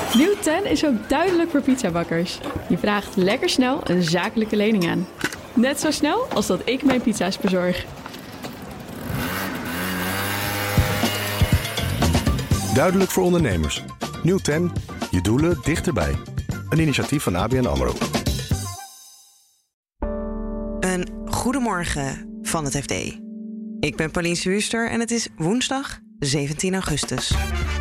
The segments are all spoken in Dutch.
Nieuw 10 is ook duidelijk voor pizzabakkers. Je vraagt lekker snel een zakelijke lening aan. Net zo snel als dat ik mijn pizza's bezorg. Duidelijk voor ondernemers. Nieuw 10. Je doelen dichterbij. Een initiatief van ABN AMRO. Een goedemorgen van het FD. Ik ben Pauline Swuster en het is woensdag 17 augustus.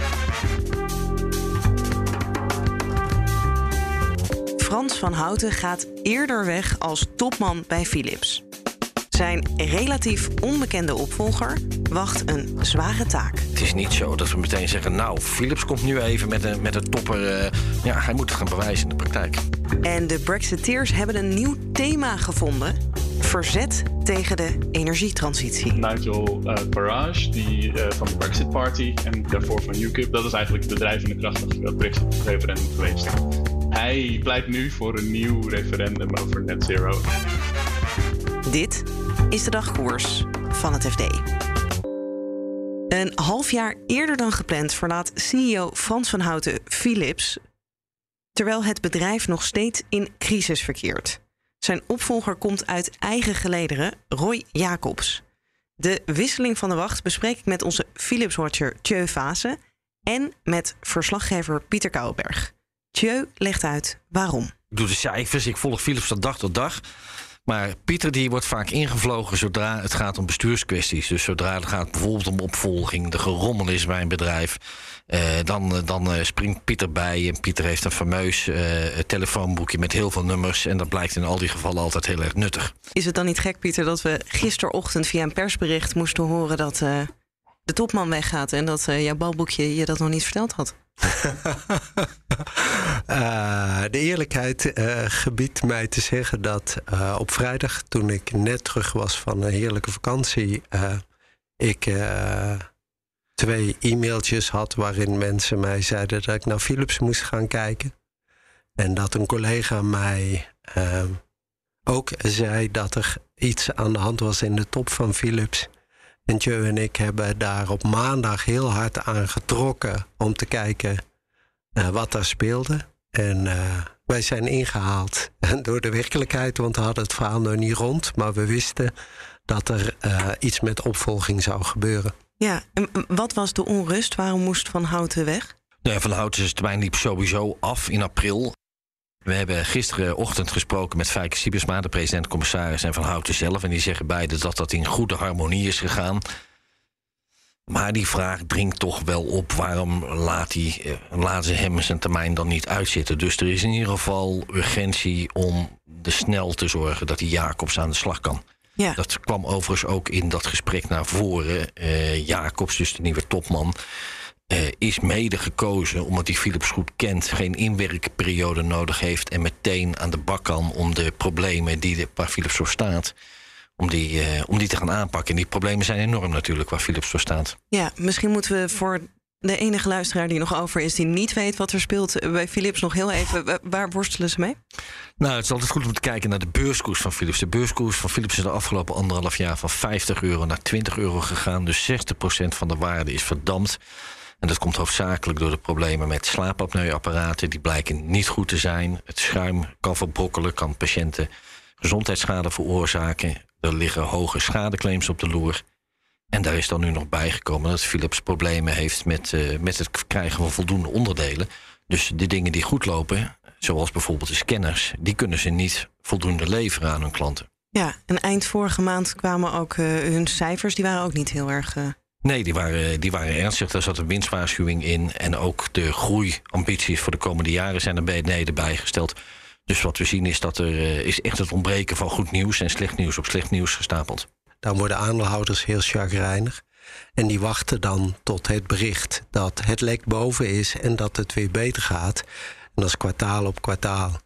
Frans van Houten gaat eerder weg als topman bij Philips. Zijn relatief onbekende opvolger wacht een zware taak. Het is niet zo dat we meteen zeggen, nou, Philips komt nu even met een topper. Ja, hij moet het gaan bewijzen in de praktijk. En de Brexiteers hebben een nieuw thema gevonden. Verzet tegen de energietransitie. Nigel Farage, die van de Brexit Party en daarvoor van UKIP... dat is eigenlijk de drijvende kracht van het Brexit-referendum geweest. Hij pleit nu voor een nieuw referendum over net zero. Dit is de dagkoers van het FD. Een half jaar eerder dan gepland verlaat CEO Frans van Houten Philips, terwijl het bedrijf nog steeds in crisis verkeert. Zijn opvolger komt uit eigen gelederen, Roy Jacobs. De wisseling van de wacht bespreek ik met onze Philips-watcher Tjeu Vaassen en met verslaggever Pieter Kouwenberg. Tjeu legt uit waarom. Ik doe de cijfers, ik volg Philips van dag tot dag. Maar Pieter die wordt vaak ingevlogen zodra het gaat om bestuurskwesties. Dus zodra het gaat bijvoorbeeld om opvolging, de gerommel is bij een bedrijf, dan springt Pieter bij. En Pieter heeft een fameus telefoonboekje met heel veel nummers. En dat blijkt in al die gevallen altijd heel erg nuttig. Is het dan niet gek, Pieter, dat we gisterochtend via een persbericht moesten horen dat de topman weggaat en dat jouw balboekje je dat nog niet verteld had? De eerlijkheid gebiedt mij te zeggen dat op vrijdag, toen ik net terug was van een heerlijke vakantie, ik 2 e-mailtjes had waarin mensen mij zeiden dat ik naar Philips moest gaan kijken. En dat een collega mij ook zei dat er iets aan de hand was in de top van Philips. En Tjeu en ik hebben daar op maandag heel hard aan getrokken om te kijken wat daar speelde. En wij zijn ingehaald door de werkelijkheid, want we hadden het verhaal nog niet rond. Maar we wisten dat er iets met opvolging zou gebeuren. Ja, en wat was de onrust? Waarom moest Van Houten weg? Nou, Van Houten termijn liep sowieso af in april. We hebben gisterenochtend gesproken met Fijke Siebersma, de president-commissaris, en Van Houten zelf. En die zeggen beide dat dat in goede harmonie is gegaan. Maar die vraag dringt toch wel op, waarom laten ze hem zijn termijn dan niet uitzitten? Dus er is in ieder geval urgentie om snel te zorgen dat die Jacobs aan de slag kan. Ja. Dat kwam overigens ook in dat gesprek naar voren. Jacobs, dus de nieuwe topman, is mede gekozen omdat hij Philips goed kent, geen inwerkperiode nodig heeft en meteen aan de bak kan om de problemen waar Philips voor staat, om die te gaan aanpakken. En die problemen zijn enorm natuurlijk waar Philips voor staat. Ja, misschien moeten we voor de enige luisteraar die nog over is, die niet weet wat er speelt bij Philips, nog heel even, waar worstelen ze mee? Nou, het is altijd goed om te kijken naar de beurskoers van Philips. De beurskoers van Philips is de afgelopen 1,5 jaar van €50 naar €20 gegaan. Dus 60% van de waarde is verdampt. En dat komt hoofdzakelijk door de problemen met slaapapneuapparaten. Die blijken niet goed te zijn. Het schuim kan verbrokkelen, kan patiënten gezondheidsschade veroorzaken. Er liggen hoge schadeclaims op de loer. En daar is dan nu nog bijgekomen dat Philips problemen heeft met het krijgen van voldoende onderdelen. Dus de dingen die goed lopen, zoals bijvoorbeeld de scanners, die kunnen ze niet voldoende leveren aan hun klanten. Ja, en eind vorige maand kwamen ook hun cijfers, die waren ook niet heel erg... Nee, die waren ernstig. Daar zat een winstwaarschuwing in. En ook de groeiambities voor de komende jaren zijn er beneden bijgesteld. Dus wat we zien is dat er is echt het ontbreken van goed nieuws en slecht nieuws op slecht nieuws gestapeld. Dan worden aandeelhouders heel chagrijnig. En die wachten dan tot het bericht dat het lek boven is en dat het weer beter gaat. En als kwartaal op kwartaal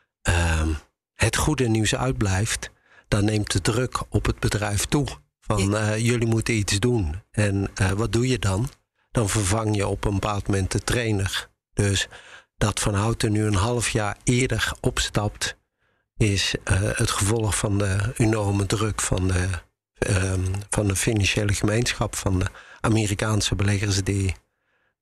het goede nieuws uitblijft, dan neemt de druk op het bedrijf toe. Van jullie moeten iets doen. En wat doe je dan? Dan vervang je op een bepaald moment de trainer. Dus dat Van Houten nu een half jaar eerder opstapt, is het gevolg van de enorme druk van de financiële gemeenschap, van de Amerikaanse beleggers die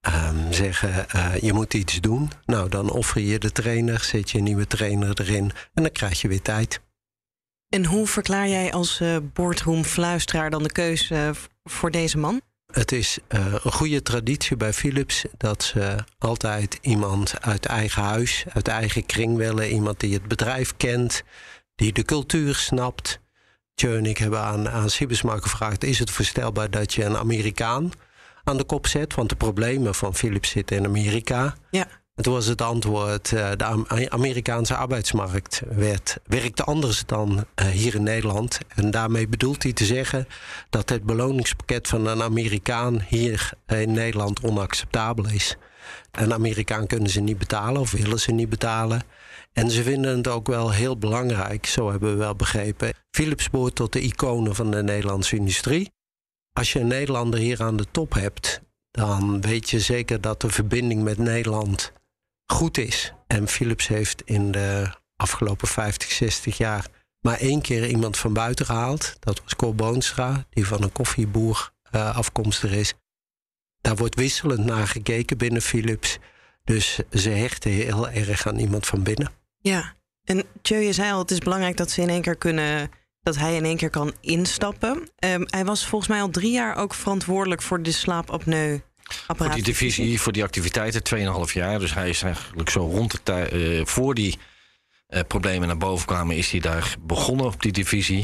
zeggen, je moet iets doen. Nou, dan offer je de trainer, zet je een nieuwe trainer erin en dan krijg je weer tijd. En hoe verklaar jij als boardroomfluisteraar dan de keuze voor deze man? Het is een goede traditie bij Philips dat ze altijd iemand uit eigen huis, uit eigen kring willen. Iemand die het bedrijf kent, die de cultuur snapt. Tjeu en ik hebben aan Siebesma gevraagd, is het voorstelbaar dat je een Amerikaan aan de kop zet? Want de problemen van Philips zitten in Amerika. Ja. En toen was het antwoord, de Amerikaanse arbeidsmarkt werkte anders dan hier in Nederland. En daarmee bedoelt hij te zeggen dat het beloningspakket van een Amerikaan hier in Nederland onacceptabel is. Een Amerikaan kunnen ze niet betalen of willen ze niet betalen. En ze vinden het ook wel heel belangrijk, zo hebben we wel begrepen. Philips behoort tot de iconen van de Nederlandse industrie. Als je een Nederlander hier aan de top hebt, dan weet je zeker dat de verbinding met Nederland goed is. En Philips heeft in de afgelopen 50, 60 jaar maar 1 keer iemand van buiten gehaald. Dat was Cor Boonstra, die van een koffieboer afkomstig is. Daar wordt wisselend naar gekeken binnen Philips. Dus ze hechten heel erg aan iemand van binnen. Ja, en Tjeu, je zei al, het is belangrijk dat ze in één keer dat hij in één keer kan instappen. Hij was volgens mij al 3 jaar ook verantwoordelijk voor de slaapapneu. Voor die divisie, voor die activiteiten, 2,5 jaar. Dus hij is eigenlijk zo rond de tijd, voor die problemen naar boven kwamen, is hij daar begonnen op die divisie.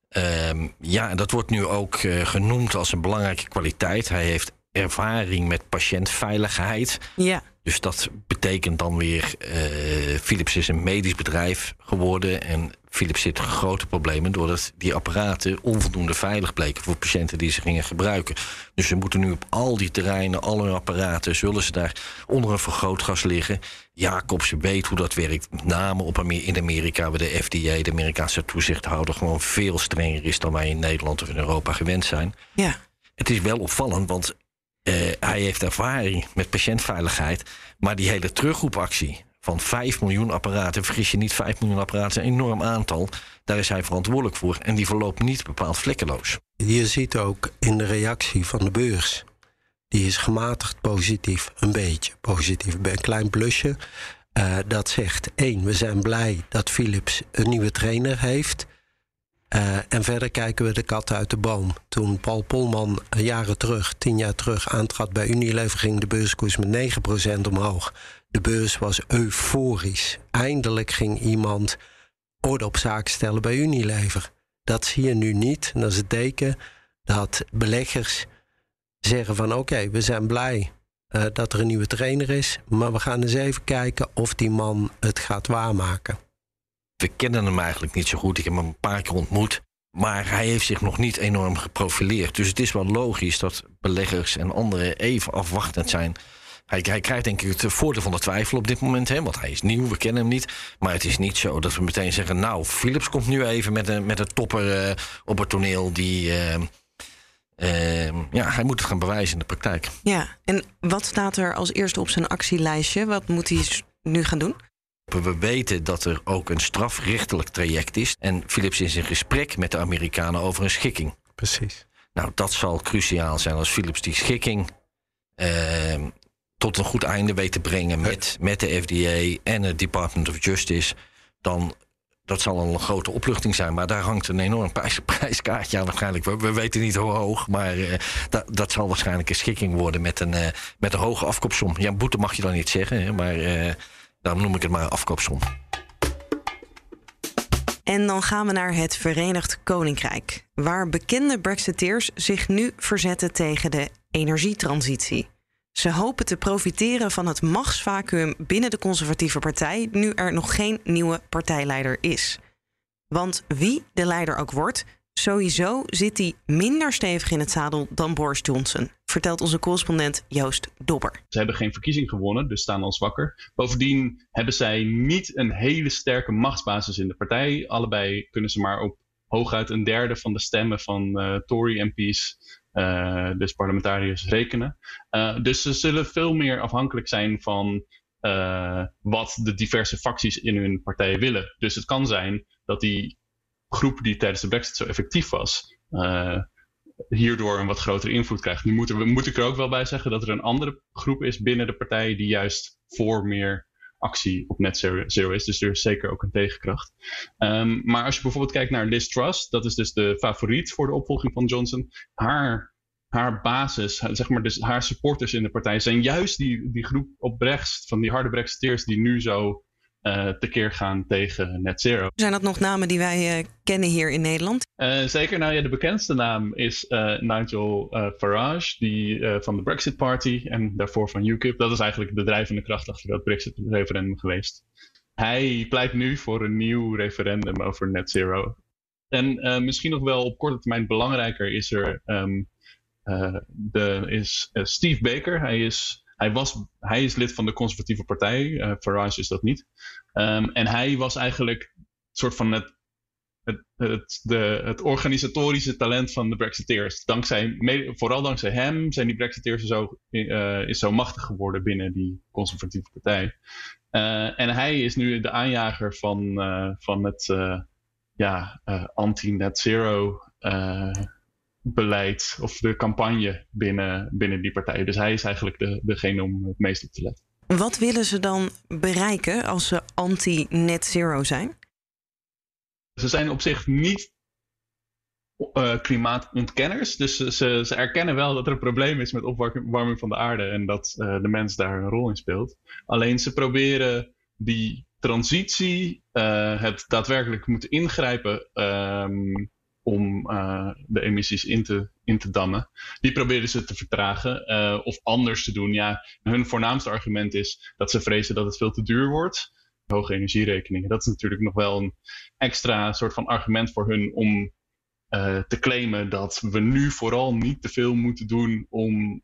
En dat wordt nu ook genoemd als een belangrijke kwaliteit. Hij heeft ervaring met patiëntveiligheid. Ja. Dus dat betekent dan weer, Philips is een medisch bedrijf geworden en Philips zit grote problemen doordat die apparaten onvoldoende veilig bleken voor patiënten die ze gingen gebruiken. Dus ze moeten nu op al die terreinen, al hun apparaten, zullen ze daar onder een vergrootglas liggen. Jacobs weet hoe dat werkt, met name in Amerika, waar de FDA, de Amerikaanse toezichthouder, gewoon veel strenger is dan wij in Nederland of in Europa gewend zijn. Ja. Het is wel opvallend, want hij heeft ervaring met patiëntveiligheid, maar die hele terugroepactie van 5 miljoen apparaten, vergis je niet, 5 miljoen apparaten is een enorm aantal. Daar is hij verantwoordelijk voor en die verloopt niet bepaald vlekkeloos. Je ziet ook in de reactie van de beurs, die is gematigd positief, een beetje positief, een klein plusje. Dat zegt 1, we zijn blij dat Philips een nieuwe trainer heeft. En verder kijken we de kat uit de boom. Toen Paul Polman 10 jaar terug aantrad bij Unilever, ging de beurskoers met 9% omhoog. De beurs was euforisch. Eindelijk ging iemand orde op zaken stellen bij Unilever. Dat zie je nu niet. En dat is het teken dat beleggers zeggen van oké, we zijn blij dat er een nieuwe trainer is, maar we gaan eens even kijken of die man het gaat waarmaken. We kennen hem eigenlijk niet zo goed. Ik heb hem een paar keer ontmoet. Maar hij heeft zich nog niet enorm geprofileerd. Dus het is wel logisch dat beleggers en anderen even afwachtend zijn. Hij krijgt denk ik het voordeel van de twijfel op dit moment. Want hij is nieuw, we kennen hem niet. Maar het is niet zo dat we meteen zeggen, nou, Philips komt nu even met een topper op het toneel. Hij moet het gaan bewijzen in de praktijk. Ja, en wat staat er als eerste op zijn actielijstje? Wat moet hij nu gaan doen? We weten dat er ook een strafrechtelijk traject is. En Philips is in gesprek met de Amerikanen over een schikking. Precies. Nou, dat zal cruciaal zijn als Philips die schikking tot een goed einde weet te brengen met de FDA en het Department of Justice. Dan dat zal een grote opluchting zijn. Maar daar hangt een enorm prijskaartje aan waarschijnlijk. We weten niet hoe hoog, maar dat zal waarschijnlijk een schikking worden met een hoge afkoopsom. Ja, boete mag je dan niet zeggen, hè, maar dan noem ik het maar afkoopsom. En dan gaan we naar het Verenigd Koninkrijk, waar bekende Brexiteers zich nu verzetten tegen de energietransitie. Ze hopen te profiteren van het machtsvacuüm binnen de conservatieve partij, nu er nog geen nieuwe partijleider is. Want wie de leider ook wordt, sowieso zit hij minder stevig in het zadel dan Boris Johnson, vertelt onze correspondent Joost Dobber. Ze hebben geen verkiezing gewonnen, dus staan al zwakker. Bovendien hebben zij niet een hele sterke machtsbasis in de partij. Allebei kunnen ze maar op hooguit 1/3 van de stemmen van Tory-MP's, dus parlementariërs, rekenen. Dus ze zullen veel meer afhankelijk zijn van wat de diverse facties in hun partij willen. Dus het kan zijn dat die groep die tijdens de Brexit zo effectief was, hierdoor een wat grotere invloed krijgt. Nu moet ik er ook wel bij zeggen dat er een andere groep is binnen de partij die juist voor meer actie op net zero is. Dus er is zeker ook een tegenkracht. Maar als je bijvoorbeeld kijkt naar Liz Truss, dat is dus de favoriet voor de opvolging van Johnson. Haar basis, zeg maar, dus haar supporters in de partij zijn juist die groep op rechts van die harde Brexiteers die nu zo tekeer gaan tegen net zero. Zijn dat nog namen die wij kennen hier in Nederland? Zeker. Nou ja, de bekendste naam is Nigel Farage, die van de Brexit Party en daarvoor van UKIP. Dat is eigenlijk de drijvende kracht achter dat Brexit-referendum geweest. Hij pleit nu voor een nieuw referendum over net zero. En misschien nog wel op korte termijn belangrijker is er Steve Baker. Hij is lid van de conservatieve partij. Farage is dat niet. En hij was eigenlijk een soort van het organisatorische talent van de Brexiteers. Vooral dankzij hem zijn die Brexiteers zo machtig geworden binnen die conservatieve partij. En hij is nu de aanjager van het anti-net zero beleid of de campagne binnen die partij. Dus hij is eigenlijk degene om het meest op te letten. Wat willen ze dan bereiken als ze anti-net zero zijn? Ze zijn op zich niet klimaatontkenners. Dus ze erkennen wel dat er een probleem is met opwarming van de aarde en dat de mens daar een rol in speelt. Alleen ze proberen die transitie, het daadwerkelijk moeten ingrijpen om de emissies in te dammen. Die proberen ze te vertragen of anders te doen. Ja, hun voornaamste argument is dat ze vrezen dat het veel te duur wordt. Hoge energierekeningen. Dat is natuurlijk nog wel een extra soort van argument voor hun om te claimen dat we nu vooral niet te veel moeten doen om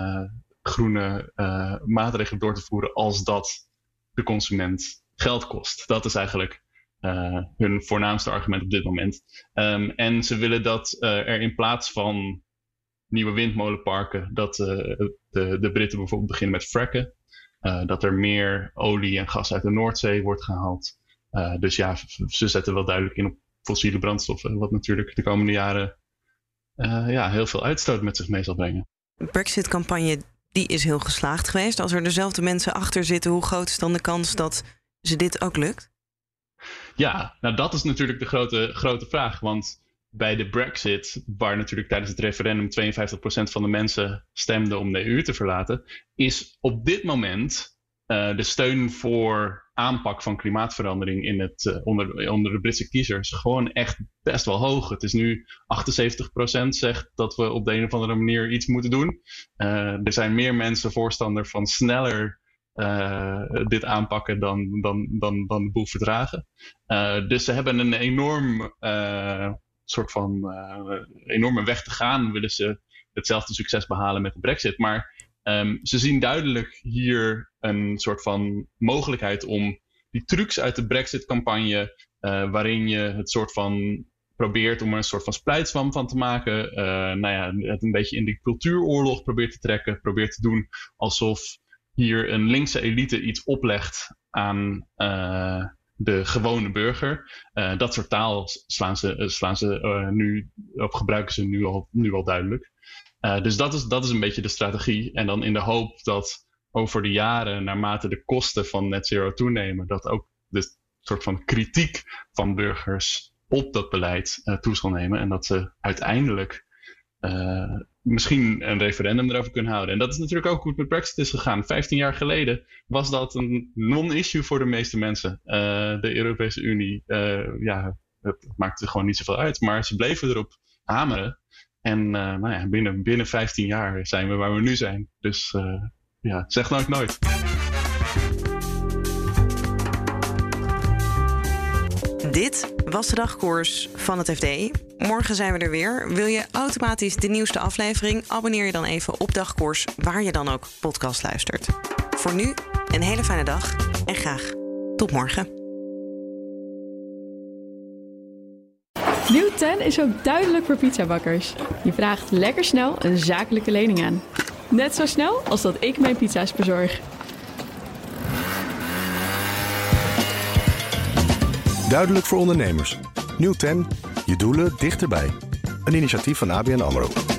groene maatregelen door te voeren als dat de consument geld kost. Dat is eigenlijk hun voornaamste argument op dit moment. En ze willen dat er in plaats van nieuwe windmolenparken, dat de Britten bijvoorbeeld beginnen met fracken. Dat er meer olie en gas uit de Noordzee wordt gehaald. Dus ja, ze zetten wel duidelijk in op fossiele brandstoffen. Wat natuurlijk de komende jaren heel veel uitstoot met zich mee zal brengen. De Brexit-campagne die is heel geslaagd geweest. Als er dezelfde mensen achter zitten, hoe groot is dan de kans dat ze dit ook lukt? Ja, nou dat is natuurlijk de grote vraag. Want bij de Brexit, waar natuurlijk tijdens het referendum 52% van de mensen stemden om de EU te verlaten, is op dit moment de steun voor aanpak van klimaatverandering onder de Britse kiezers gewoon echt best wel hoog. Het is nu 78% zegt dat we op de een of andere manier iets moeten doen. Er zijn meer mensen voorstander van sneller dit aanpakken dan de boel verdragen. Dus ze hebben een enorme weg te gaan. Willen ze hetzelfde succes behalen met de Brexit. Maar ze zien duidelijk hier een soort van mogelijkheid om die trucs uit de Brexit-campagne, waarin je het soort van probeert om er een soort van splijtswam van te maken. Het een beetje in die cultuuroorlog probeert te trekken. Probeert te doen alsof hier een linkse elite iets oplegt aan de gewone burger. Dat soort taal gebruiken ze nu al duidelijk. Dus dat is een beetje de strategie. En dan in de hoop dat over de jaren, naarmate de kosten van net zero toenemen, dat ook de soort van kritiek van burgers op dat beleid toe zal nemen. En dat ze uiteindelijk misschien een referendum erover kunnen houden. En dat is natuurlijk ook hoe het met Brexit is gegaan. 15 jaar geleden was dat een non-issue voor de meeste mensen. De Europese Unie, het maakte gewoon niet zoveel uit. Maar ze bleven erop hameren. En binnen 15 jaar zijn we waar we nu zijn. Dus zeg nou nooit. Dit was de dagkoers van het FD. Morgen zijn we er weer. Wil je automatisch de nieuwste aflevering? Abonneer je dan even op Dagkoers, waar je dan ook podcast luistert. Voor nu een hele fijne dag en graag tot morgen. Nieuw 10 is ook duidelijk voor pizzabakkers. Je vraagt lekker snel een zakelijke lening aan. Net zo snel als dat ik mijn pizza's bezorg. Duidelijk voor ondernemers. Nieuw 10, je doelen dichterbij. Een initiatief van ABN AMRO.